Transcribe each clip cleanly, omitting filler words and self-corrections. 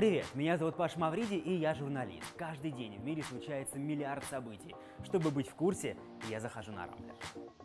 Привет, меня зовут Паш Мавриди, и я журналист. Каждый день в мире случается миллиард событий. Чтобы быть в курсе, я захожу на Рамблер.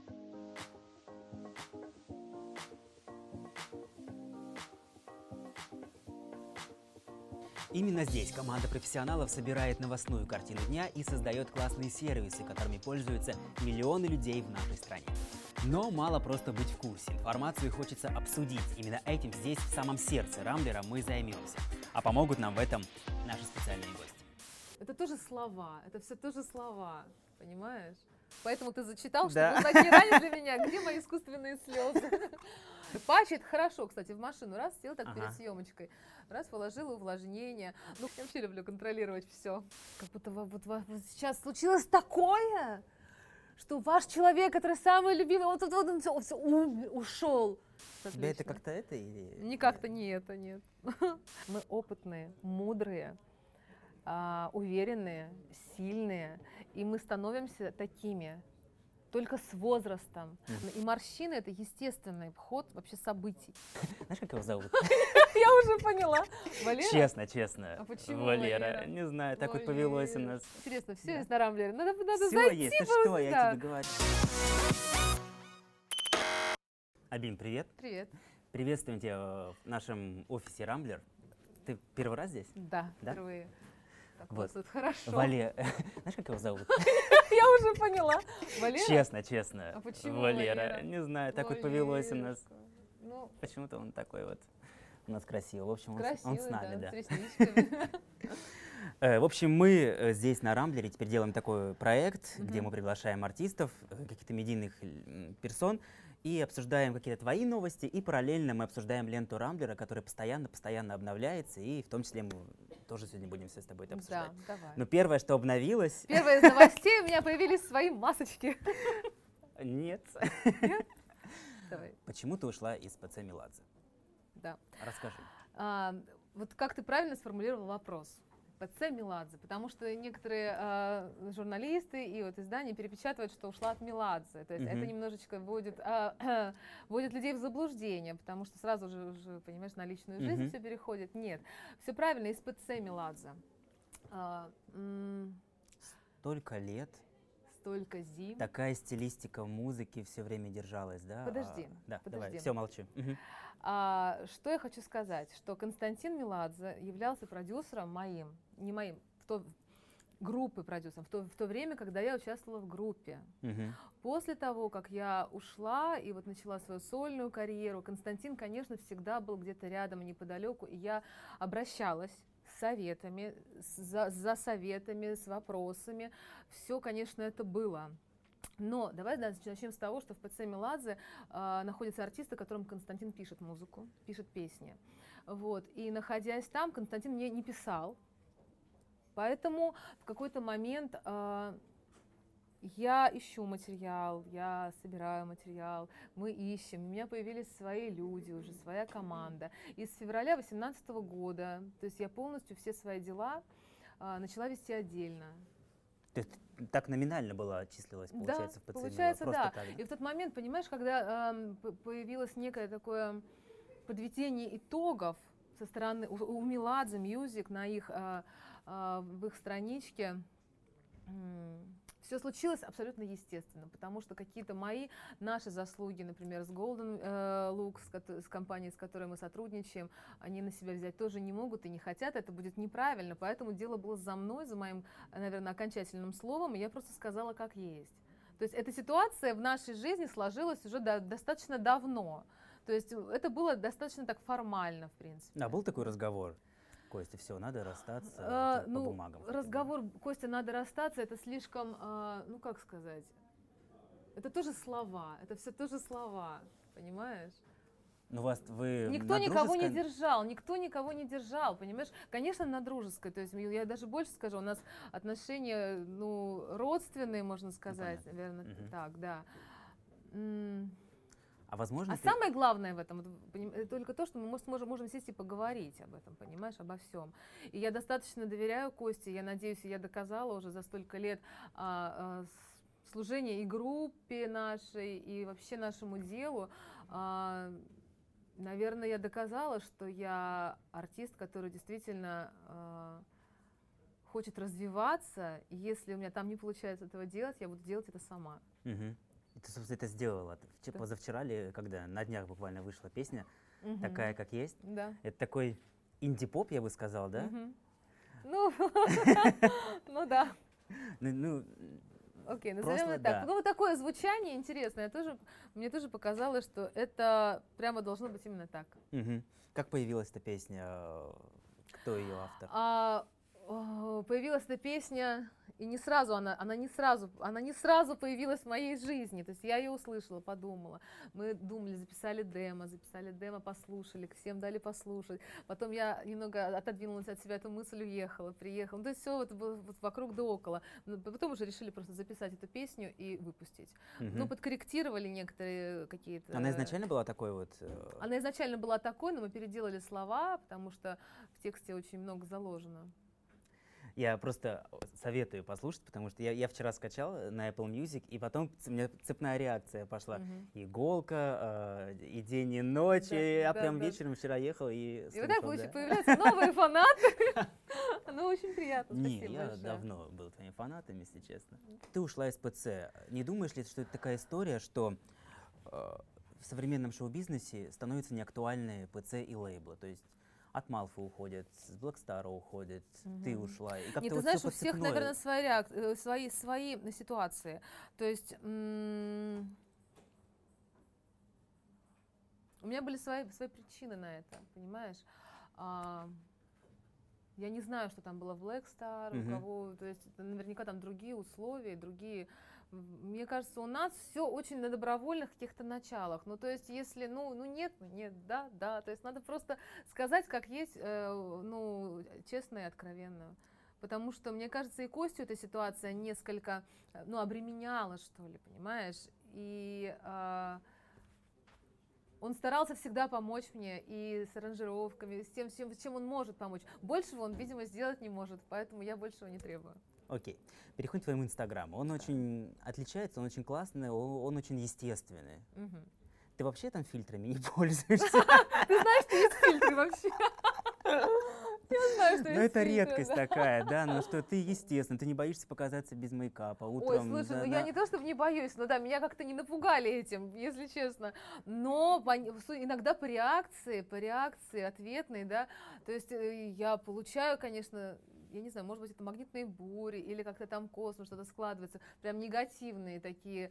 Именно здесь команда профессионалов собирает новостную картину дня и создает классные сервисы, которыми пользуются миллионы людей в нашей стране. Но мало просто быть в курсе. Информацию хочется обсудить. Именно этим здесь, в самом сердце Рамблера, мы займемся. А помогут нам в этом наши специальные гости. Это тоже слова, это все тоже слова, понимаешь? Поэтому ты зачитал, Да. чтобы узнать герань для меня, где мои искусственные слезы. Патч — это хорошо, кстати, в машину раз сел так перед съемочкой, раз положила увлажнение. Ну, я вообще люблю контролировать все. Как будто вот сейчас случилось такое, что ваш человек, который самый любимый, он тут ушел. Тебя это как-то это или... Не как-то, не это, нет. Мы опытные, мудрые, уверенные, сильные, и мы становимся такими только с возрастом. И морщины — это естественный ход вообще событий. Знаешь, как его зовут? Я уже поняла. Валера? Честно. А почему Валера? Не знаю, так вот повелось у нас. Интересно, все есть на Рамблере. Надо Все зайти. есть, ты что, я тебе говорю. Альбин, привет. Привет. Приветствуем тебя в нашем офисе Рамблер. Ты первый раз здесь? Да, Да? впервые. Так Вот. вот, хорошо. Знаешь, как его зовут? Я уже поняла. Валера? Честно. А почему Валера? Не знаю, так вот повелось у нас. Ну, Почему-то он такой вот у нас красивый. В общем, он красивый, с нами, да. с ресничками. В общем, мы здесь на Рамблере теперь делаем такой проект, где мы приглашаем артистов, каких-то медийных персон, и обсуждаем какие-то твои новости, и параллельно мы обсуждаем ленту Рамблера, которая постоянно обновляется, и в том числе мы тоже сегодня будем все с тобой это обсуждать. Да, давай. Но первое, что обновилось... Первое из новостей, у меня появились свои масочки. Нет. Давай. Почему ты ушла из ПЦ Меладзе? Да. Расскажи. Вот как ты правильно сформулировал вопрос. ПЦ Меладзе, потому что некоторые журналисты и вот издания перепечатывают, что ушла от Меладзе. То есть это немножечко вводит людей в заблуждение, потому что сразу же, уже, понимаешь, на личную жизнь все переходит. Нет, все правильно, из ПЦ Меладзе. Столько лет. Столько зим. Такая стилистика музыки все время держалась, да? Подожди. Да, подожди. давай, все, молчу. Что я хочу сказать, что Константин Меладзе являлся продюсером моим, не моим, группы продюсером, в то время, когда я участвовала в группе. После того, как я ушла и вот начала свою сольную карьеру, Константин, конечно, всегда был где-то рядом и неподалеку, и я обращалась с советами, за советами, с вопросами. Все, конечно, это было. Но давай начнем с того, что в ПЦ Меладзе находятся артисты, которым Константин пишет музыку, пишет песни. Вот. И находясь там, Константин мне не писал. Поэтому в какой-то момент я ищу материал, я собираю материал, мы ищем. У меня появились свои люди, уже своя команда. И с февраля 2018 года, то есть я полностью все свои дела начала вести отдельно. То есть так номинально числилась, получается, да, в ПЦ? Получается, да. Так, И в тот момент, понимаешь, когда появилось некое такое подведение итогов со стороны у Меладзе Music на в их страничке, все случилось абсолютно естественно, потому что какие-то наши заслуги, например, с Golden Look, с компанией, с которой мы сотрудничаем, они на себя взять тоже не могут и не хотят, это будет неправильно, поэтому дело было за мной, за моим, наверное, окончательным словом, и я просто сказала, как есть. То есть эта ситуация в нашей жизни сложилась уже достаточно давно, то есть это было достаточно так формально, в принципе. Да, был такой разговор? Костя, все, надо расстаться по бумагам. Разговор, Костя, надо расстаться, это слишком, ну как сказать, это тоже слова, это все тоже слова, понимаешь? Ну, вы никто никого не держал, понимаешь? Конечно, на дружеской, то есть я даже больше скажу, у нас отношения, родственные, можно сказать, наверное, так, да. Возможно, самое главное в этом только то, что мы можем сесть и поговорить об этом, понимаешь, обо всем. И я достаточно доверяю Косте, я надеюсь, я доказала уже за столько лет служения и группе нашей, и вообще нашему делу. Наверное, я доказала, что я артист, который действительно хочет развиваться, и если у меня там не получается этого делать, я буду делать это сама. Угу. И ты, собственно, это сделала. Да. Позавчера ли, когда на днях буквально вышла песня «Такая, как есть». Да. Это такой инди-поп, я бы сказал, да? Ну, ну да. Ну, окей, назовем это так. Да. Ну, вот такое звучание интересное. Мне тоже показалось, что это прямо должно быть именно так. Угу. Как появилась эта песня? Кто ее автор? Появилась эта песня, и не сразу она не сразу появилась в моей жизни. То есть я ее услышала, подумала. Мы думали, записали демо, послушали, всем дали послушать. Потом я немного отодвинулась от себя эту мысль, приехала. Ну, то есть все вот было вот вокруг да около. Потом уже решили просто записать эту песню и выпустить. Ну, подкорректировали некоторые какие-то... Она изначально была такой вот? Она изначально была такой, но мы переделали слова, потому что в тексте очень много заложено. Я просто советую послушать, потому что я вчера скачал на Apple Music, и потом у меня цепная реакция пошла. Иголка, и день, и ночь. Я прям вечером вчера ехал и слушал. И вот так появляются новые фанаты. Ну, очень приятно, спасибо. Не, я давно был твоим фанатом, если честно. Ты ушла из ПЦ. Не думаешь ли, что это такая история, что в современном шоу-бизнесе становятся неактуальны ПЦ и лейблы? То есть от Малфы уходят, с Блэкстара уходят, ты ушла. И нет, ты знаешь, у всех, наверное, свои ситуации. То есть у меня были свои причины на это, понимаешь? Я не знаю, что там было в Blackstar, у кого, то есть наверняка там другие условия, другие. Мне кажется, у нас все очень на добровольных каких-то началах. Ну, то есть, если, нет, да. То есть надо просто сказать, как есть, честно и откровенно. Потому что, мне кажется, и Костю эта ситуация несколько, обременяла, что ли, понимаешь? И он старался всегда помочь мне и с аранжировками, с тем, чем он может помочь. Большего он, видимо, сделать не может, поэтому я большего не требую. Окей. Переходим к твоему инстаграму. Он очень отличается, он очень классный, он очень естественный. Ты вообще там фильтрами не пользуешься? Ты знаешь, что есть фильтры вообще? Я знаю, что есть. Ну, это редкость такая, да, но что ты, естественно, ты не боишься показаться без мейкапа утром. Ой, слушай, я не то, чтобы не боюсь, но да, меня как-то не напугали этим, если честно. Но иногда по реакции ответной, да, то есть я получаю, конечно, я не знаю, может быть, это магнитные бури или как-то там космос, что-то складывается, прям негативные такие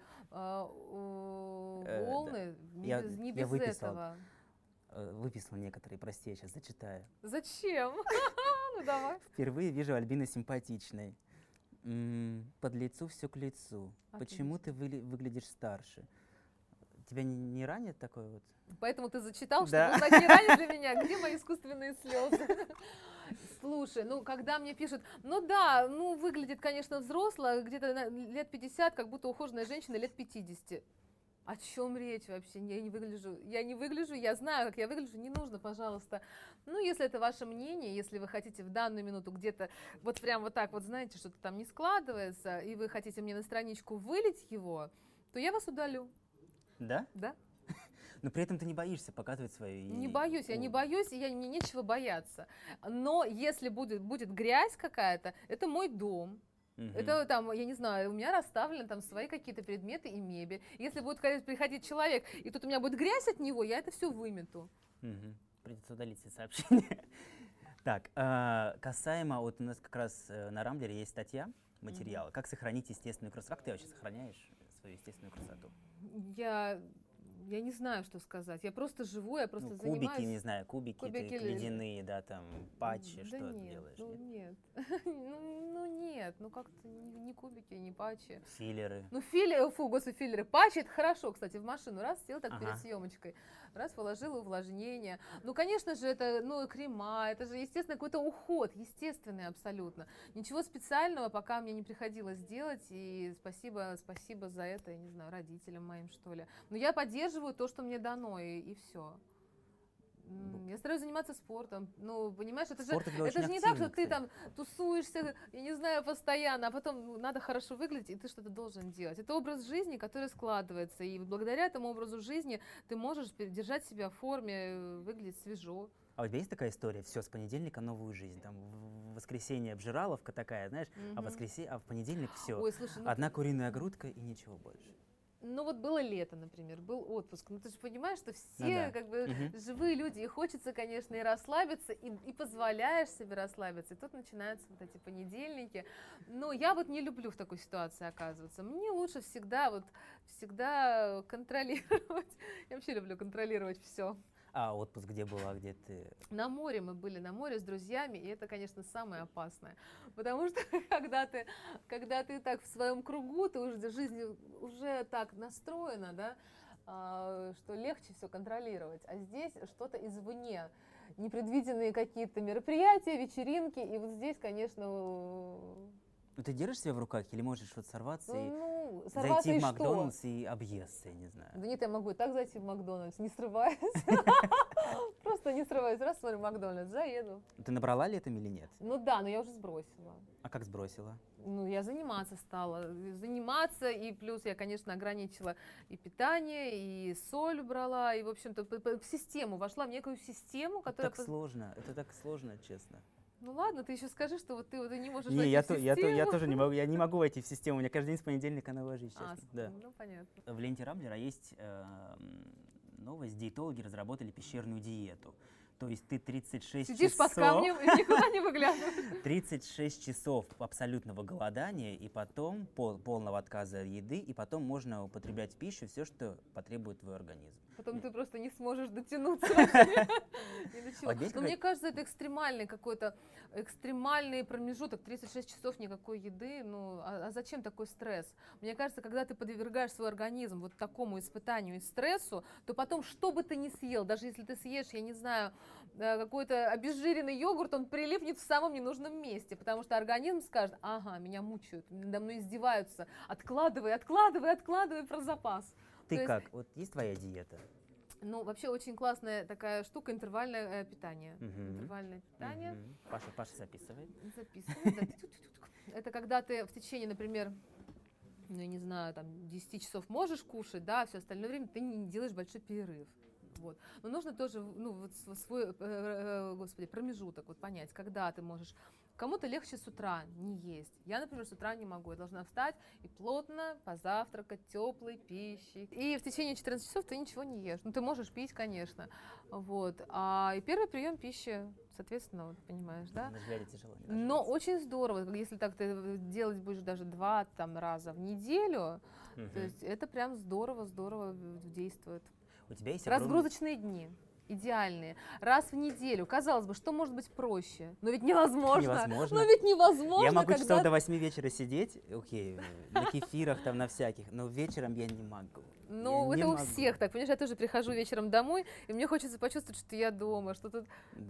волны, не без этого. Выписал некоторые, прости, я сейчас зачитаю. Зачем? Ну давай. Впервые вижу Альбины симпатичной. Под лицу все к лицу. Отлично. Почему ты выглядишь старше? Тебя не ранит такое вот? Поэтому ты зачитал, чтобы узнать, не ранит для меня? Где мои искусственные слезы? Слушай, когда мне пишут, выглядит, конечно, взросло, где-то лет 50, как будто ухоженная женщина лет 50. О чем речь вообще? Я не выгляжу, я знаю, как я выгляжу, не нужно, пожалуйста. Если это ваше мнение, если вы хотите в данную минуту где-то вот прям вот так вот, знаете, что-то там не складывается, и вы хотите мне на страничку вылить его, то я вас удалю. Да? Да. Но при этом ты не боишься показывать свои... Не боюсь, я не боюсь, и мне нечего бояться. Но если будет грязь какая-то, это мой дом. Это там, я не знаю, у меня расставлены там свои какие-то предметы и мебель. Если будет приходить человек, и тут у меня будет грязь от него, я это все вымету. Придется удалить все сообщения. Так, касаемо, вот у нас как раз на Рамблере есть статья, материал. Как сохранить естественную красоту? Как ты вообще сохраняешь свою естественную красоту? Я не знаю, что сказать. Я просто живу, я просто занимаюсь... Кубики, не знаю, кубики ледяные, да, там, патчи, что ты делаешь? Нет. Нет, как-то не кубики, не патчи. Филлеры. Господи, филлеры. Патчи — это хорошо, кстати, в машину. Раз, сел так перед съемочкой. Раз, положила увлажнение. Конечно же, это, крема, это же, естественно, какой-то уход, естественный абсолютно. Ничего специального пока мне не приходилось делать, и спасибо за это, я не знаю, родителям моим, что ли. Но я поддерживаю то, что мне дано, и все. Я стараюсь заниматься спортом. Ну, понимаешь, это Спорт же не так, что ты там тусуешься, я не знаю, постоянно, а потом надо хорошо выглядеть, и ты что-то должен делать. Это образ жизни, который складывается, и благодаря этому образу жизни ты можешь держать себя в форме, выглядеть свежо. А у тебя есть такая история, все, с понедельника новую жизнь, там в воскресенье обжираловка такая, знаешь, а в понедельник все, Ой, слушай, одна куриная грудка и ничего больше. Ну вот было лето, например, был отпуск. Ну ты же понимаешь, что все как бы живые люди, и хочется, конечно, и расслабиться, и позволяешь себе расслабиться. И тут начинаются вот эти понедельники. Но я вот не люблю в такой ситуации оказываться. Мне лучше всегда контролировать. Я вообще люблю контролировать все. А отпуск где была, где ты? На море мы были, на море с друзьями, и это, конечно, самое опасное. Потому что когда ты так в своем кругу, ты уже жизнь уже так настроена, да, что легче все контролировать. А здесь что-то извне, непредвиденные какие-то мероприятия, вечеринки, и вот здесь, конечно... Ну ты держишь себя в руках или можешь вот сорваться и сорваться зайти и в Макдональдс что? И объесться, я не знаю? Да нет, я могу и так зайти в Макдональдс, не срываясь. Просто не срываюсь. Раз смотрю Макдональдс, заеду. Ты набрала летом или нет? Ну да, но я уже сбросила. А как сбросила? Ну, я заниматься стала. Заниматься, и плюс я, конечно, ограничила и питание, и соль убрала, и, в общем-то, в систему вошла, в некую систему, которая... Это так сложно, честно. Ну ладно, ты еще скажи, что вот ты не можешь Не, войти в систему. я тоже не могу, я не могу войти в систему, у меня каждый день с понедельника новая жизнь, честно. Да. Ну, понятно. В ленте Рамблера есть новость, диетологи разработали пещерную диету. То есть ты 36 Сидишь часов... под камнем и никуда не выглядываешь. 36 часов абсолютного голодания и потом полного отказа от еды, и потом можно употреблять в пищу все, что потребует твой организм. Потом ты просто не сможешь дотянуться вообще ни до чего. Но мне кажется, это экстремальный промежуток, 36 часов никакой еды. Ну, а зачем такой стресс? Мне кажется, когда ты подвергаешь свой организм вот такому испытанию и стрессу, то потом, что бы ты ни съел, даже если ты съешь, я не знаю, какой-то обезжиренный йогурт, он прилипнет в самом ненужном месте, потому что организм скажет: ага, меня мучают, надо мной издеваются, откладывай про запас. Ты как? Вот есть твоя диета? Ну, вообще очень классная такая штука — интервальное питание. Интервальное питание. Паша записывает. Записывает, да. Это когда ты в течение, например, ну, я не знаю, там, 10 часов можешь кушать, да, все остальное время ты не делаешь большой перерыв. Вот. Но нужно тоже, ну, вот свой, промежуток вот понять, когда ты можешь. Кому-то легче с утра не есть. Я, например, с утра не могу. Я должна встать и плотно позавтракать теплой пищей. И в течение 14 часов ты ничего не ешь. Ну, ты можешь пить, конечно. Вот. И первый прием пищи, соответственно, вот, понимаешь, да? На взгляде тяжело. Но очень здорово, если так ты делать будешь даже 2 раза в неделю, то есть это прям здорово действует. У тебя есть разгрузочные дни. Идеальные. Раз в неделю. Казалось бы, что может быть проще? Но ведь невозможно. Но ведь невозможно. Я могу часов до 8 вечера сидеть, окей, на кефирах, там, на всяких, но вечером я не могу. Ну, это у всех так. Понимаешь, я тоже прихожу вечером домой, и мне хочется почувствовать, что я дома, что тут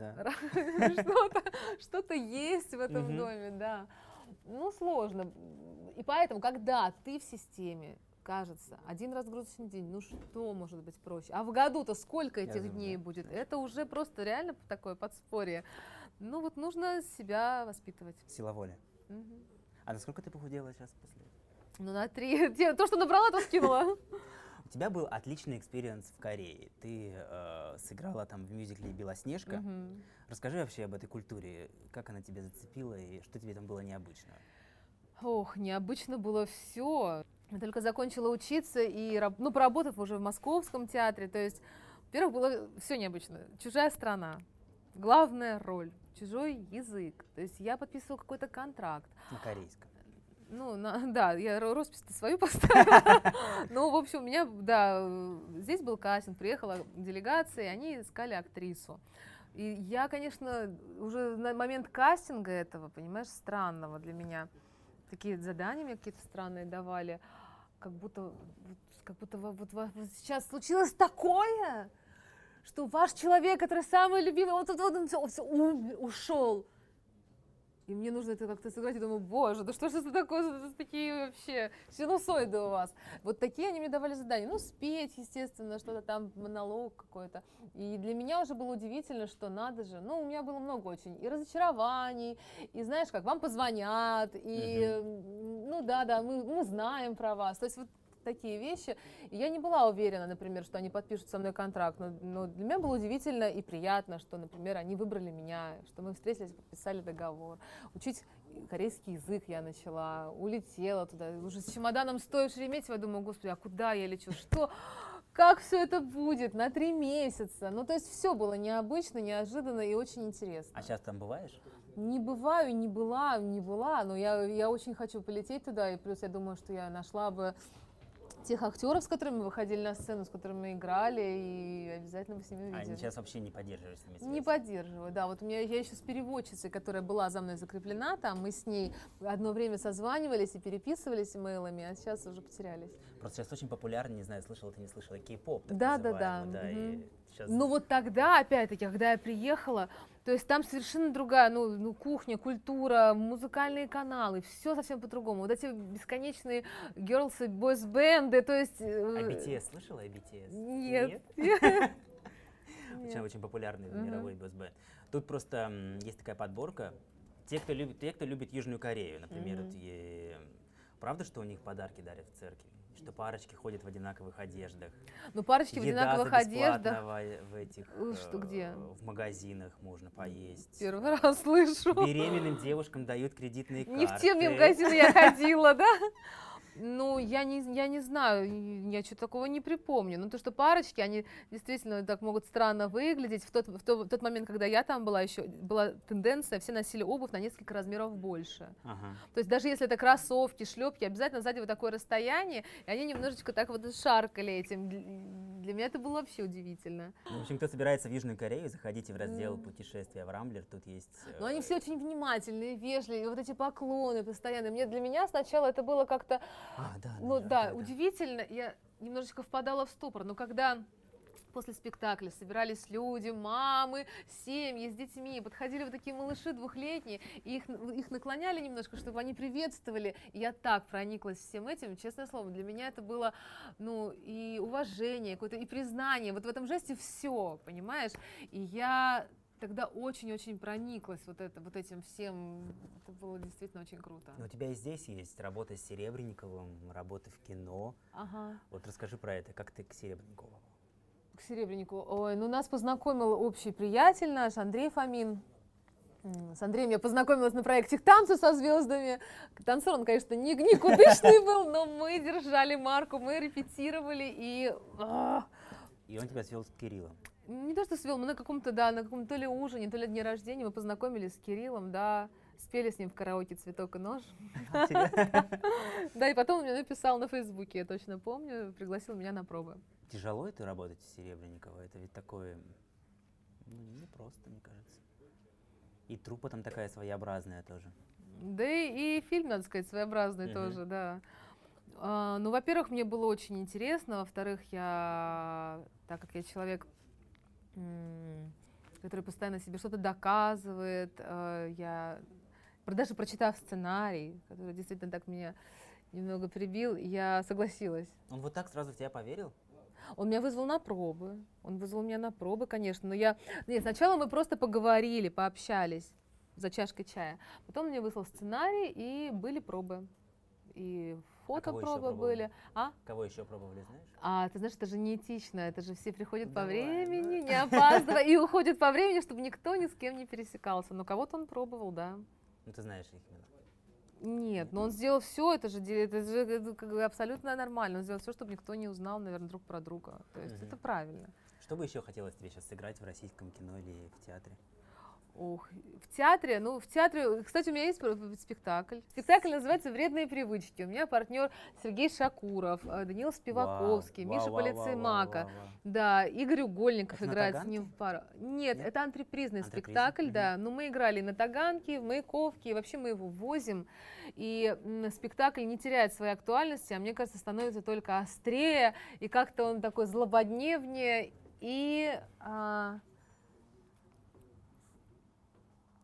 что-то есть в этом доме, да. Ну, сложно. И поэтому, когда ты в системе, кажется, один разгрузочный день, ну что может быть проще? А в году-то сколько этих дней будет? Это уже просто реально такое подспорье. Ну вот нужно себя воспитывать. Сила воли. А насколько ты похудела сейчас после? Ну на 3. То, что набрала, то скинула. У тебя был отличный экспириенс в Корее. Ты сыграла там в мюзикле «Белоснежка». Расскажи вообще об этой культуре. Как она тебя зацепила и что тебе там было необычно? Ох, необычно было все. Я только закончила учиться и, ну, поработав уже в Московском театре, то есть, во-первых, было все необычно. Чужая страна, главная роль, чужой язык. То есть я подписывала какой-то контракт. На корейском. Ну, да, я роспись-то свою поставила. Ну, в общем, у меня, да, здесь был кастинг, приехала делегация, и они искали актрису. И я, конечно, уже на момент кастинга этого, понимаешь, странного для меня, такие задания мне какие-то странные давали, как будто вот сейчас случилось такое, что ваш человек, который самый любимый, он тут все умер, ушел. И мне нужно это как-то сыграть, и думаю, боже, да что же это такое, за такие вообще синусоиды у вас? Вот такие они мне давали задания. Ну, спеть, естественно, что-то там, монолог какой-то. И для меня уже было удивительно, что надо же. Ну, у меня было много очень и разочарований, и знаешь, как вам позвонят, и, ну да, мы знаем про вас. То есть вот такие вещи. И я не была уверена, например, что они подпишут со мной контракт, но для меня было удивительно и приятно, что, например, они выбрали меня, что мы встретились, подписали договор. Учить корейский язык я начала, улетела туда, уже с чемоданом стоя в Шереметьево, я думаю, господи, а куда я лечу, что, как все это будет на 3 месяца? Ну, то есть все было необычно, неожиданно и очень интересно. А сейчас там бываешь? Не бываю, не была, но я очень хочу полететь туда, и плюс я думаю, что я нашла бы тех актеров, с которыми мы выходили на сцену, с которыми мы играли, и обязательно бы с ними увидели. Они сейчас вообще не поддерживаешь с ними связь? Не поддерживаю, да. Вот я еще с переводчицей, которая была за мной закреплена там, мы с ней одно время созванивались и переписывались имейлами, а сейчас уже потерялись. Просто сейчас очень популярно, не знаю, слышала ты, не слышала, кей-поп, так Да. и сейчас... Ну вот тогда, опять-таки, когда я приехала, то есть там совершенно другая, ну кухня, культура, музыкальные каналы, все совсем по-другому. Вот эти бесконечные girls и boys бенды, то есть... А BTS слышала, BTS? Нет. Очень популярный мировой бойс-бенд. Тут просто есть такая подборка. Те, кто любит Южную Корею, например, правда, что у них подарки дарят в церкви? Что парочки ходят в одинаковых одеждах. Ну, парочки в одинаковых одеждах. В этих, что, где? В магазинах можно поесть. Первый раз слышу. Беременным девушкам дают кредитные карты. Не в те магазины я ходила, да? Ну, я не знаю, я что-то такого не припомню. Ну, то, что парочки, они действительно так могут странно выглядеть. В тот момент, когда я там была, еще была тенденция, все носили обувь на несколько размеров больше. То есть даже если это кроссовки, шлепки, обязательно сзади вот такое расстояние, и они немножечко так вот шаркали этим. Для меня это было вообще удивительно. В общем, кто собирается в Южную Корею, заходите в раздел путешествия в Рамблер, тут есть... Но они все очень внимательные, вежливые, вот эти поклоны постоянные. Для меня сначала это было как-то... Да, удивительно, я немножечко впадала в ступор, но когда после спектакля собирались люди, мамы, семьи с детьми, подходили вот такие малыши двухлетние, и их наклоняли немножко, чтобы они приветствовали, и я так прониклась всем этим, честное слово, для меня это было, и уважение, какое-то, и признание, вот в этом жесте все, понимаешь, и я... Тогда очень-очень прониклась вот этим всем. Это было действительно очень круто. Но у тебя и здесь есть работа с Серебренниковым, работа в кино. Ага. Вот расскажи про это. Как ты к Серебренникову? К Серебренникову? Ой, нас познакомил общий приятель наш, Андрей Фомин. С Андреем я познакомилась на проекте «Танцы со звездами». Танцор он, конечно, никудышный был, но мы держали марку, мы репетировали И он тебя свел с Кириллом. Не то, что свел, мы на каком-то то ли ужине, то ли дне рождения мы познакомились с Кириллом, да, спели с ним в караоке «Цветок и нож». Да, и потом он мне написал на Фейсбуке, я точно помню, пригласил меня на пробы. Тяжело это работать с Серебренниковой? Это ведь такое, непросто, мне кажется. И труппа там такая своеобразная тоже. Да и фильм, надо сказать, своеобразный тоже, да. Во-первых, мне было очень интересно, во-вторых, так как я человек, который постоянно себе что-то доказывает, даже прочитав сценарий, который действительно так меня немного прибил, я согласилась. Он вот так сразу в тебя поверил? Он меня вызвал на пробы. Конечно. Нет, сначала мы просто поговорили, пообщались за чашкой чая. Потом он мне выслал сценарий, и были пробы. И фотопробы были. Кого еще пробовали, знаешь? Ты знаешь, это же неэтично, это же все приходят по времени, не опаздывая, и уходят по времени, чтобы никто ни с кем не пересекался. Но кого-то он пробовал, да. Ну, ты знаешь их имена? Нет, но он сделал все, это же абсолютно нормально. Он сделал все, чтобы никто не узнал, наверное, друг про друга. То есть это правильно. Что бы еще хотелось тебе сейчас сыграть в российском кино или в театре? В театре, кстати, у меня есть спектакль. Спектакль называется «Вредные привычки». У меня партнер Сергей Шакуров, Даниил Спиваковский, Миша Полицеймака. Да, Игорь Угольников играет с ним в пару. Нет, это антрепризный спектакль, да. Но мы играли на Таганке, в Маяковке, и вообще мы его возим. И спектакль не теряет своей актуальности, а мне кажется, становится только острее, и как-то он такой злободневнее, и...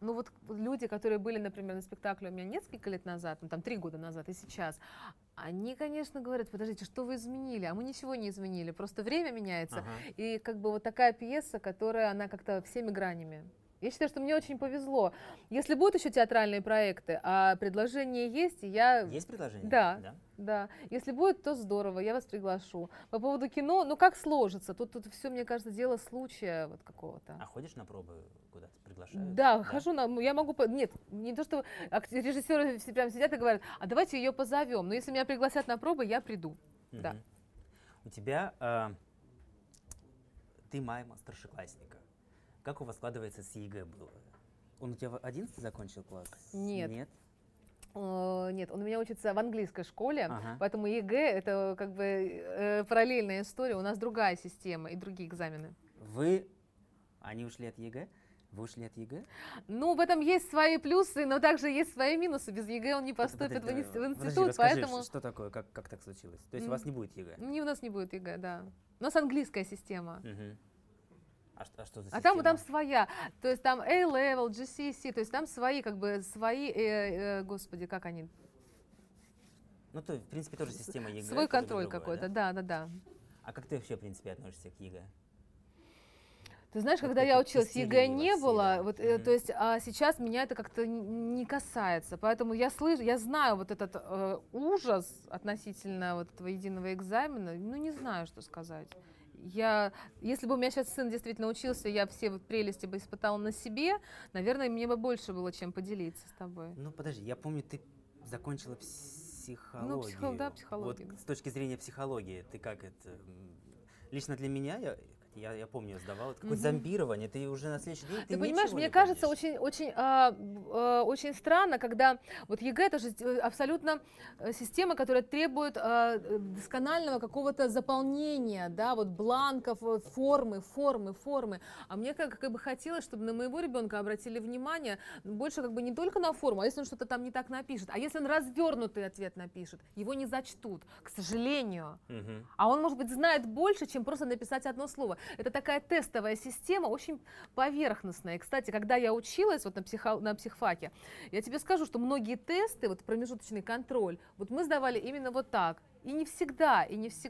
Ну вот люди, которые были, например, на спектакле у меня несколько лет назад, ну там 3 года назад и сейчас, они, конечно, говорят, подождите, что вы изменили? А мы ничего не изменили, просто время меняется. И как бы вот такая пьеса, которая, она как-то всеми гранями. Я считаю, что мне очень повезло. Если будут еще театральные проекты, а предложения есть, и я... Есть предложения? Да, да. Если будет, то здорово, я вас приглашу. По поводу кино, ну как сложится? Тут все, мне кажется, дело случая вот какого-то. А ходишь на пробы куда-то, приглашают? Да, хожу на... Я могу... Нет, не то, что режиссеры все прям сидят и говорят, а давайте ее позовем. Но если меня пригласят на пробы, я приду. Да. У тебя... Ты мама старшеклассника. Как у вас складывается с ЕГЭ было? Он у тебя в 11 закончил класс? Нет. Нет? Нет, он у меня учится в английской школе, поэтому ЕГЭ — это как бы параллельная история, у нас другая система и другие экзамены. Они ушли от ЕГЭ? Вы ушли от ЕГЭ? Ну, в этом есть свои плюсы, но также есть свои минусы. Без ЕГЭ он не поступит в институт, поэтому... Что такое, как так случилось? То есть у вас не будет ЕГЭ? У нас не будет ЕГЭ, да. У нас английская система. А что за система? А там своя, то есть там A-level, GCSE, то есть там свои, как бы, господи, как они? Ну, то, в принципе, тоже система ЕГЭ. Свой контроль какой-то, да. А как ты вообще, в принципе, относишься к ЕГЭ? Ты знаешь, когда я училась, ЕГЭ не было, вот, то есть, а сейчас меня это как-то не касается, поэтому я знаю вот этот ужас относительно вот этого единого экзамена, ну, не знаю, что сказать. Если бы у меня сейчас сын действительно учился, я все вот прелести бы испытала на себе, наверное, мне бы больше было чем поделиться с тобой. Ну, подожди, я помню, ты закончила психологию. Ну, да, психологию. Вот с точки зрения психологии, ты как это... Лично для меня, я помню, сдавала, это какое-то зомбирование, ты уже на следующий день, ты понимаешь, мне кажется, очень странно, когда вот ЕГЭ — это же абсолютно система, которая требует досконального какого-то заполнения, да, вот бланков, формы, а мне как бы хотелось, чтобы на моего ребенка обратили внимание больше как бы не только на форму, а если он что-то там не так напишет, а если он развернутый ответ напишет, его не зачтут, к сожалению, а он, может быть, знает больше, чем просто написать одно слово. Это такая тестовая система, очень поверхностная. И, кстати, когда я училась вот на психфаке, я тебе скажу, что многие тесты, вот промежуточный контроль, вот мы сдавали именно вот так. И не всегда.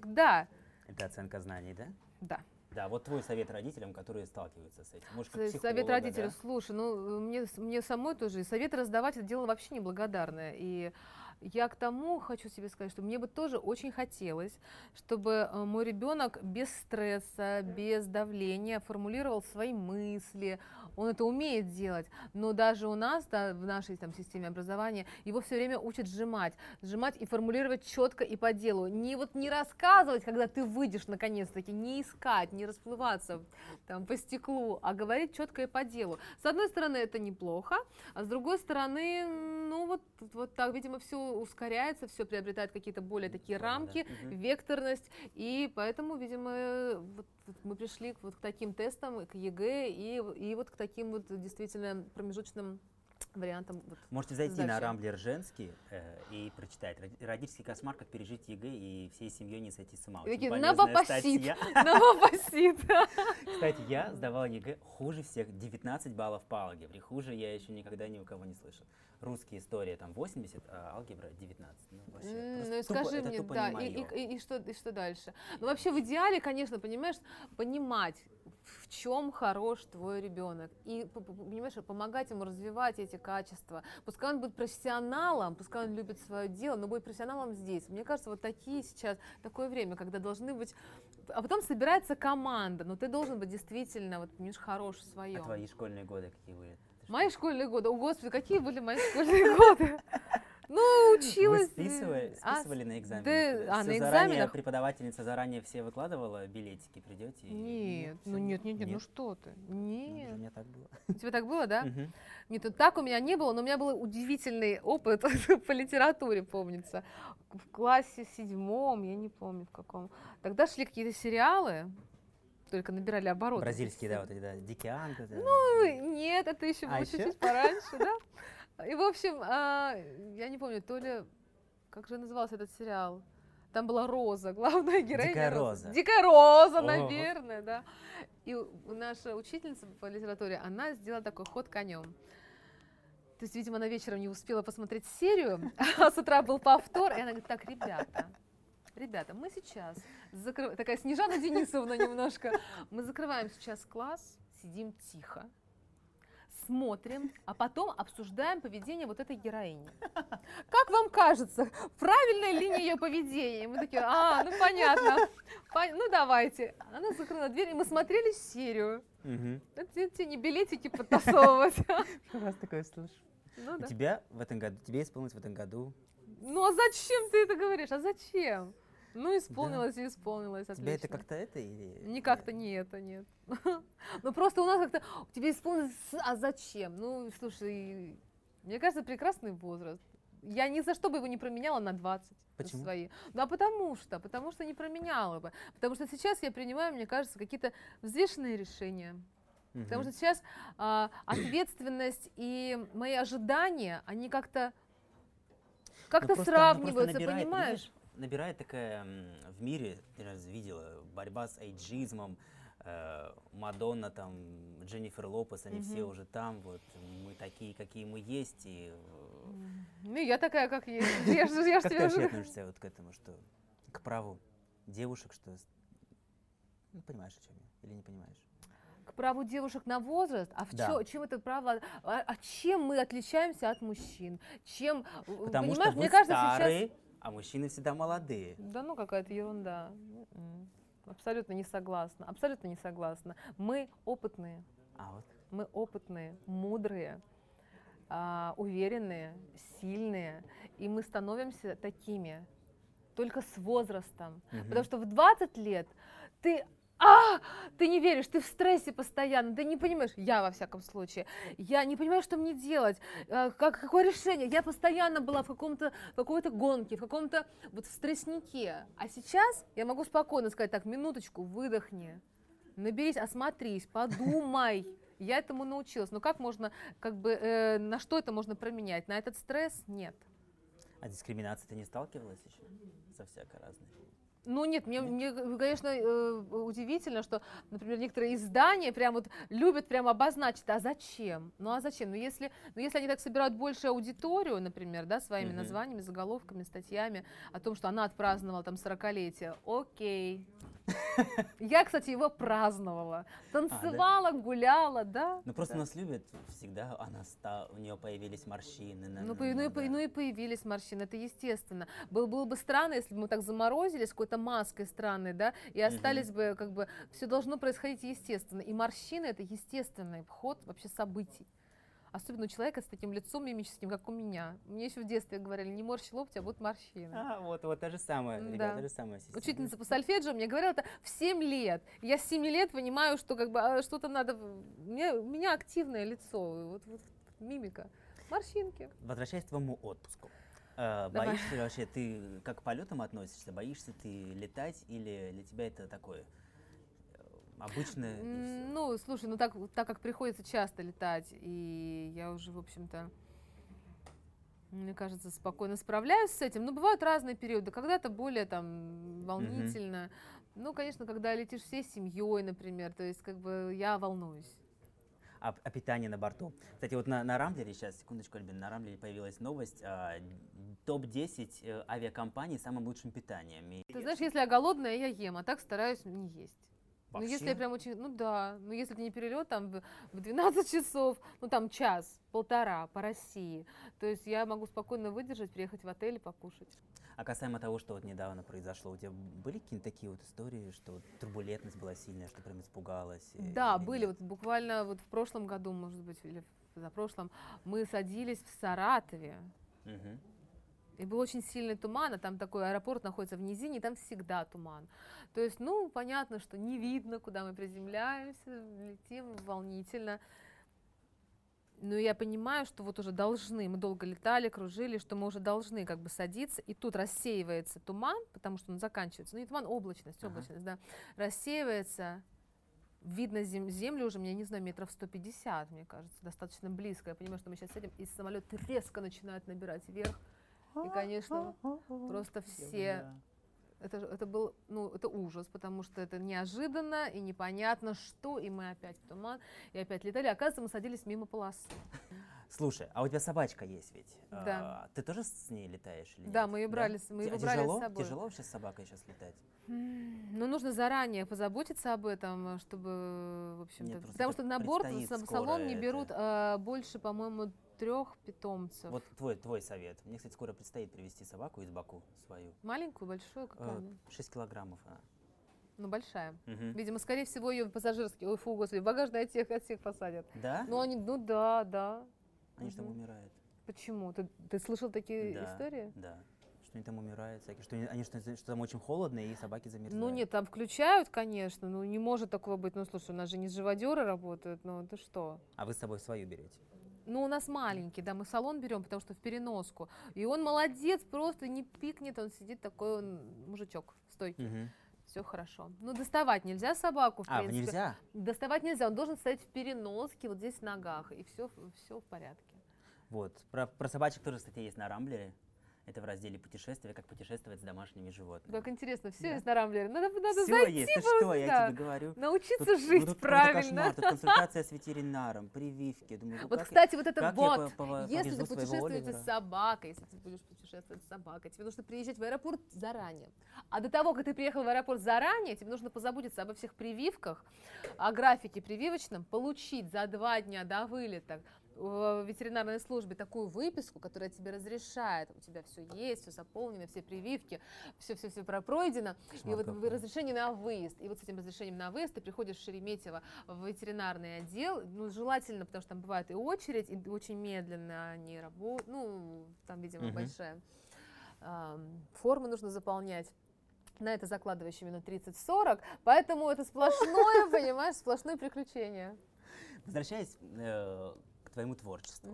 Это оценка знаний, да? Да. Да, вот твой совет родителям, которые сталкиваются с этим. Может, как психолога, совет родителям, да? Слушай, ну мне самой тоже, советы раздавать — это дело вообще неблагодарное. И я к тому хочу тебе сказать, что мне бы тоже очень хотелось, чтобы мой ребенок без стресса, без давления формулировал свои мысли. Он это умеет делать, но даже у нас, да, в нашей там системе образования, его все время учат сжимать и формулировать четко и по делу. Не рассказывать, когда ты выйдешь наконец-таки, не искать, не расплываться там по стеклу, а говорить четко и по делу. С одной стороны, это неплохо, а с другой стороны, ну вот так, видимо, все ускоряется, все приобретает какие-то более такие рамки, векторность, и поэтому, видимо, вот мы пришли вот к таким тестам, к ЕГЭ и вот к таким вот действительно промежуточным вариантам. Вот, можете зайти на Рамблер женский и прочитать «Родительский кошмар. Как пережить ЕГЭ и всей семьей не сойти с ума». Очень полезная статья. Новопосит. Кстати, я сдавал ЕГЭ хуже всех, 19 баллов по алгебре. Хуже я еще никогда ни у кого не слышал. Русская история там 80, а алгебра 19. Ну, вообще, ну скажи мне, да, и что дальше? Ну вообще в идеале, конечно, понимаешь, понимать, в чем хорош твой ребенок, и, понимаешь, помогать ему развивать эти качества. Пускай он будет профессионалом, пускай он любит свое дело, но будет профессионалом здесь. Мне кажется, вот такие сейчас, такое время, когда должны быть... А потом собирается команда, но ты должен быть действительно, вот, понимаешь, хорош в своем. А твои школьные годы какие были? Мои школьные годы? О, Господи, какие были мои школьные годы? Ну, училась. Вы списывали на экзаменах? Да, на экзаменах? Преподавательница заранее все выкладывала билетики, придете? Нет, ну что ты? Нет. У меня так было. У тебя так было, да? Нет, ну так у меня не было, но у меня был удивительный опыт по литературе, помнится. В классе 7, я не помню в каком. Тогда шли какие-то сериалы, только набирали обороты. Бразильские, да, вот эти, да, «Дикий ангел». Ну, нет, это еще было чуть-чуть пораньше, да? И, в общем, я не помню, то ли, как же назывался этот сериал? Там была Роза, главная героиня. Дикая Роза. Дикая Роза, наверное, да. И наша учительница по литературе, она сделала такой ход конем. То есть, видимо, она вечером не успела посмотреть серию, а с утра был повтор, и она говорит, так, ребята, мы сейчас закрываем, такая Снежана Денисовна немножко, мы закрываем сейчас класс, сидим тихо, смотрим, а потом обсуждаем поведение вот этой героини. Как вам кажется, правильная ли ее поведение? Мы такие, ну понятно, ну давайте. Она закрыла дверь, и мы смотрели серию. Это не билетики подтасовывать. Раз такое слышу. Ну, да. Тебе исполнилось в этом году? Ну а зачем ты это говоришь? А зачем? Ну, исполнилось и исполнилось, отлично. Тебя это как-то это или... Не как-то, не это, нет. Ну, просто у нас как-то, тебе исполнилось, а зачем? Ну, слушай, мне кажется, прекрасный возраст. Я ни за что бы его не променяла на 20. Почему? Свои. Да потому что не променяла бы. Потому что сейчас я принимаю, мне кажется, какие-то взвешенные решения. Потому что сейчас ответственность и мои ожидания, они как-то сравниваются, понимаешь? Набирает такая в мире, ты раз видела, борьба с эйджизмом, Мадонна, там, Дженнифер Лопес, они все уже там, вот, мы такие, какие мы есть, и... Ну, я такая, как есть. Как ты вообще относишься вот к этому, что к праву девушек, что... Ну, понимаешь, о чем я, или не понимаешь? К праву девушек на возраст? Чем это право? Чем мы отличаемся от мужчин? Чем, потому что вы старые, сейчас... а мужчины всегда молодые. Да ну, какая-то ерунда. Абсолютно не согласна. Абсолютно не согласна. Мы опытные. Мы опытные, мудрые, уверенные, сильные. И мы становимся такими только с возрастом. Потому что в 20 лет ты не веришь, ты в стрессе постоянно, ты не понимаешь, я во всяком случае, я не понимаю, что мне делать, какое решение, я постоянно была в какой-то гонке, в каком-то вот стресснике, а сейчас я могу спокойно сказать, так, минуточку, выдохни, наберись, осмотрись, подумай, я этому научилась, но как можно, на что это можно променять, на этот стресс? Нет. А дискриминацией ты не сталкивалась еще? Со всякой разной? Ну нет, мне, конечно, удивительно, что, например, некоторые издания прям вот любят прям обозначить, а зачем? Ну если они так собирают большую аудиторию, например, да, своими названиями, заголовками, статьями о том, что она отпраздновала там 40-летие, окей. Я, кстати, его праздновала, танцевала, гуляла, да. Ну просто нас любят всегда, у нее появились морщины. Ну и появились морщины, это естественно. Было бы странно, если бы мы так заморозились какой-то маской странной, да, и остались бы, все должно происходить естественно. И морщины — это естественный ход вообще событий. Особенно у человека с таким лицом мимическим, как у меня. Мне еще в детстве говорили, не морщи лоб, у тебя будут морщины. Вот та же самая, да. ребята, та же самая система. Учительница по сольфеджио мне говорила это в 7 лет. Я с 7 лет понимаю, что что-то надо... У меня активное лицо, вот мимика. Морщинки. Возвращаясь к твоему отпуску. Боишься ли вообще, ты как к полетам относишься? Боишься ты летать или для тебя это такое... Обычно. Ну, слушай, так как приходится часто летать, и я уже, в общем-то, мне кажется, спокойно справляюсь с этим. Но бывают разные периоды, когда-то более там волнительно. Ну, конечно, когда летишь всей семьей, например, то есть я волнуюсь. А питание на борту? Кстати, вот на Рамблере сейчас, секундочку, Альбин, на Рамблере появилась новость, топ-10 авиакомпаний с самым лучшим питанием. Ты знаешь, если я голодная, я ем, а так стараюсь не есть. Вообще? Ну, если я прям очень, если это не перелет там в 12 часов, там час-полтора по России, то есть я могу спокойно выдержать, приехать в отель и покушать. А касаемо того, что вот недавно произошло, у тебя были какие-то такие вот истории, что вот турбулентность была сильная, что прям испугалась? Да, были. Вот буквально в прошлом году, может быть, или в позапрошлом, мы садились в Саратове. И был очень сильный туман, а там такой аэропорт находится в низине, и там всегда туман. То есть, понятно, что не видно, куда мы приземляемся, летим волнительно. Но я понимаю, что вот уже должны, мы долго летали, кружили, что мы уже должны садиться, и тут рассеивается туман, потому что он заканчивается, не туман, облачность, да, рассеивается, видно землю уже, я не знаю, метров 150, мне кажется, достаточно близко. Я понимаю, что мы сейчас сядем, и самолет резко начинает набирать вверх. И, конечно, просто Это был, ну, это ужас, потому что это неожиданно и непонятно что, и мы опять в туман, и опять летали. Оказывается, мы садились мимо полосы. Слушай, а у тебя собачка есть ведь? Да. Ты тоже с ней летаешь или Да, нет? мы ее брали, мы его брали с собой. Тяжело вообще с собакой сейчас летать? Ну, нужно заранее позаботиться об этом, чтобы, в общем-то... Нет, Потому что на борт в салон не это. берут больше, по-моему, 3 питомцев. Вот твой совет. Мне, кстати, скоро предстоит привезти собаку из Баку свою. Маленькую, большую, какая? 6 килограммов она. Ну, большая. Угу. Видимо, скорее всего, ее пассажирский, ой, фу, господи, багажный отсек посадят. Да? Ну, они, ну да, да. Они же там умирают. Почему? Ты слышал такие истории? Да. Что они там умирают, всякие, что там очень холодно, и собаки замерзают. Ну нет, там включают, конечно, но не может такого быть. Ну слушай, у нас же не живодеры работают, ну ты что? А вы с собой свою берете? Ну, у нас маленький, да, мы салон берем, потому что в переноску. И он молодец, просто не пикнет, он сидит такой, он мужичок, стойкий. Угу. Все хорошо. Ну, доставать нельзя собаку, в принципе. Нельзя? Доставать нельзя, он должен стоять в переноске, вот здесь в ногах, и все в порядке. Вот. Про собачек тоже, кстати, есть на Рамблере. Это в разделе «Путешествия», как путешествовать с домашними животными. Как интересно, все есть на Рамблере. Надо все зайти есть, ты просто, что, я тебе говорю. Научиться жить тут правильно. Кошмар, тут консультация с ветеринаром, прививки. Думаю, Вот, кстати, вот это вот, если повезу ты своего путешествуете с Оливера? собакой, если ты будешь путешествовать с собакой, тебе нужно приезжать в аэропорт заранее. А до того, как ты приехал в аэропорт заранее, тебе нужно позаботиться обо всех прививках, о графике прививочном, получить за 2 дня до вылета в ветеринарной службе такую выписку, которая тебе разрешает, у тебя все есть, все заполнено, все прививки, все пройдено, и вот разрешение на выезд. И вот с этим разрешением на выезд ты приходишь в Шереметьево в ветеринарный отдел, ну, желательно, потому что там бывает и очередь, и очень медленно они работают, ну, там, видимо, большая формы нужно заполнять. На это закладываешь минут 30-40, поэтому это сплошное, понимаешь, сплошное приключение. Возвращаясь к твоему творчеству.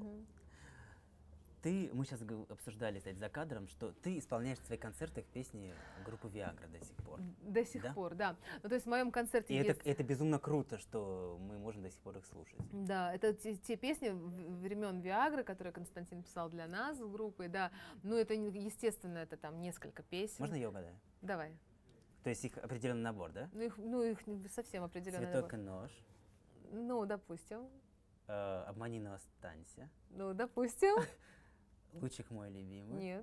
Мы сейчас обсуждали, кстати, за кадром, что ты исполняешь в своих концертах песни группы Viagra до сих пор. До сих пор, да. Ну, то есть в моем концерте и есть... это безумно круто, что мы можем до сих пор их слушать. Да, это те песни времен Viagra, которые Константин писал для нас с группой, да. Ну, это, естественно, это там несколько песен. Можно я угадаю? Давай. То есть их определенный набор, да? Ну, их не совсем определенный «Цветок набор. и нож». Ну, допустим. «Обмани, но останься». Ну, допустим. «Лучик мой любимый». Нет.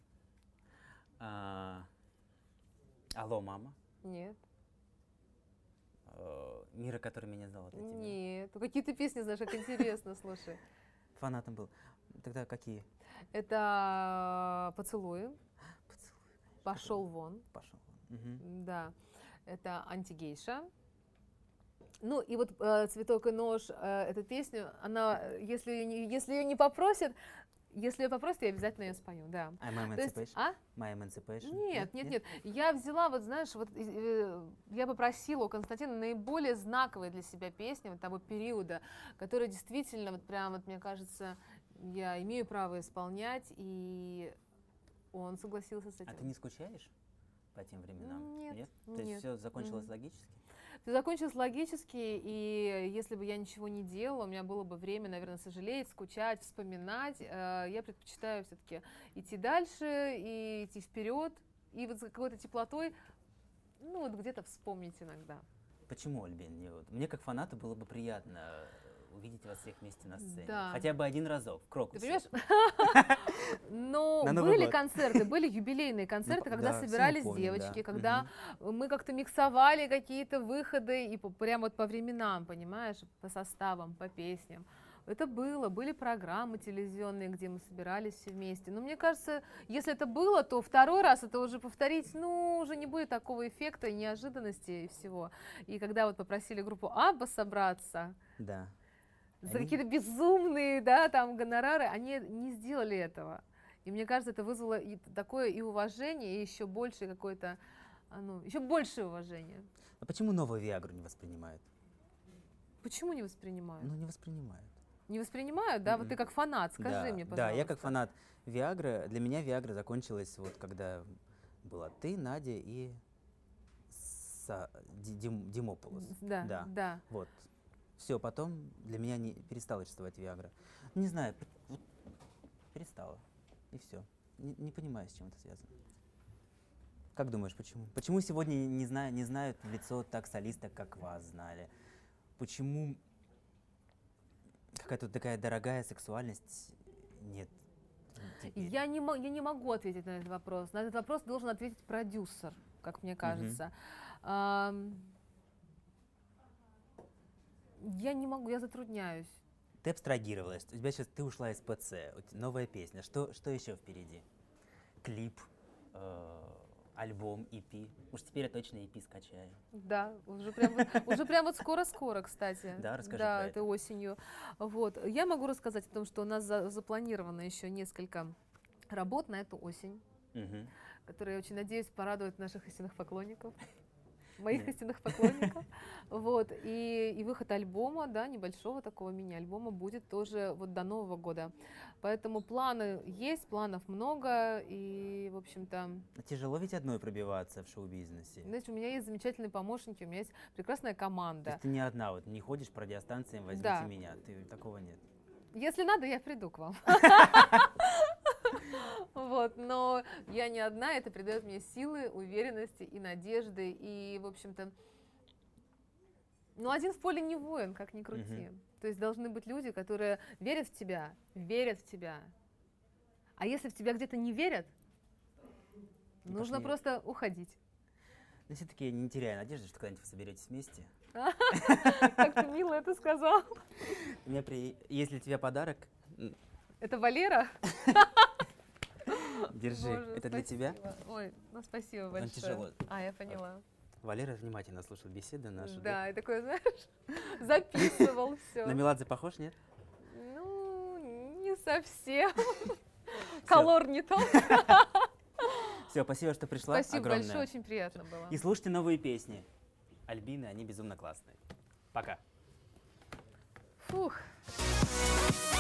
«Алло, мама». Нет. «Мира, который меня знал, это тебя». Нет. Ну, какие ты песни знаешь, как интересно, слушай. Фанатом был. Тогда какие? Это «Поцелуи». «Пошел вон». Пошел вон. Угу. Да. Это «Антигейша». Ну, и вот «Цветок и нож», эту песню, она, если ее не попросят, если ее попросят, я обязательно ее спою, да. А «My Emancipation»? «My Emancipation»? Нет. Я взяла, вот знаешь, вот я попросила у Константина наиболее знаковые для себя песни вот того периода, которые действительно, вот прям, вот, мне кажется, я имею право исполнять, и он согласился с этим. А ты не скучаешь по тем временам? Нет. То есть все закончилось логически? Все закончилось логически, и если бы я ничего не делала, у меня было бы время, наверное, сожалеть, скучать, вспоминать. Я предпочитаю все-таки идти дальше и идти вперед, и вот с какой-то теплотой, ну вот где-то вспомнить иногда. Почему, Альбин? Мне как фанату было бы приятно увидеть вас всех вместе на сцене. Да. Хотя бы один разок в Крокусе. Ты понимаешь? Но были концерты, были юбилейные концерты, когда собирались девочки, когда мы как-то миксовали какие-то выходы, и прямо вот по временам, понимаешь, по составам, по песням. Это было, были программы телевизионные, где мы собирались все вместе. Но мне кажется, если это было, то второй раз это уже повторить, ну, уже не будет такого эффекта, неожиданности и всего. И когда вот попросили группу Абба собраться, да. За какие-то безумные, да, там гонорары, они не сделали этого. И мне кажется, это вызвало и такое и уважение, и еще больше какое-то, ну, еще большее уважение. А почему новую Виагру не воспринимают? Почему не воспринимают? Ну, не воспринимают. Не воспринимают, да? Вот ты как фанат, скажи мне, пожалуйста. Да, я как фанат Виагры. Для меня Виагра закончилась вот когда была ты, Надя и Димополос. Да. Вот. Все, потом для меня не перестала существовать Виагра. Не знаю, перестала. И все. Не понимаю, с чем это связано. Как думаешь, почему? Почему сегодня не знают в лицо так солиста, как вас знали? Почему какая-то такая дорогая сексуальность нет теперь? Я не могу ответить на этот вопрос. На этот вопрос должен ответить продюсер, как мне кажется. Я не могу, я затрудняюсь. Ты абстрагировалась. У тебя сейчас ты ушла из ПЦ, новая песня. Что еще впереди? Клип, альбом, EP. Уж теперь я точно EP скачаю. Да, уже прям вот скоро-скоро, кстати. Да, расскажи да, про это осенью. Вот. Я могу рассказать о том, что у нас запланировано еще несколько работ на эту осень, которые, я очень надеюсь, порадуют наших истинных поклонников. Моих истинных поклонников. Вот. И выход альбома, да, небольшого такого мини-альбома будет тоже вот до Нового года. Поэтому планы есть, планов много, и, в общем-то... Тяжело ведь одной пробиваться в шоу-бизнесе. Знаете, у меня есть замечательные помощники, у меня есть прекрасная команда. То есть ты не одна, вот не ходишь по радиостанциям, возьмите Да. меня, такого нет. Если надо, я приду к вам. Вот, но я не одна, это придает мне силы, уверенности и надежды, и, в общем-то, ну, один в поле не воин, как ни крути. То есть должны быть люди, которые верят в тебя. А если в тебя где-то не верят, нужно просто уходить. Но все-таки не теряя надежды, что когда-нибудь вы соберетесь вместе. Как ты мило это сказал. Если тебе подарок... Это Валера? Держи, это для тебя. Ой, ну спасибо большое. Тяжело. Я поняла. Валера внимательно слушал беседу нашу. Да, и такой, знаешь, записывал все. На Меладзе похож, нет? Ну, не совсем. Колор не тот. Все, спасибо, что пришла. Спасибо огромное. большое, очень приятно было. И слушайте новые песни Альбины, они безумно классные. Пока. Фух.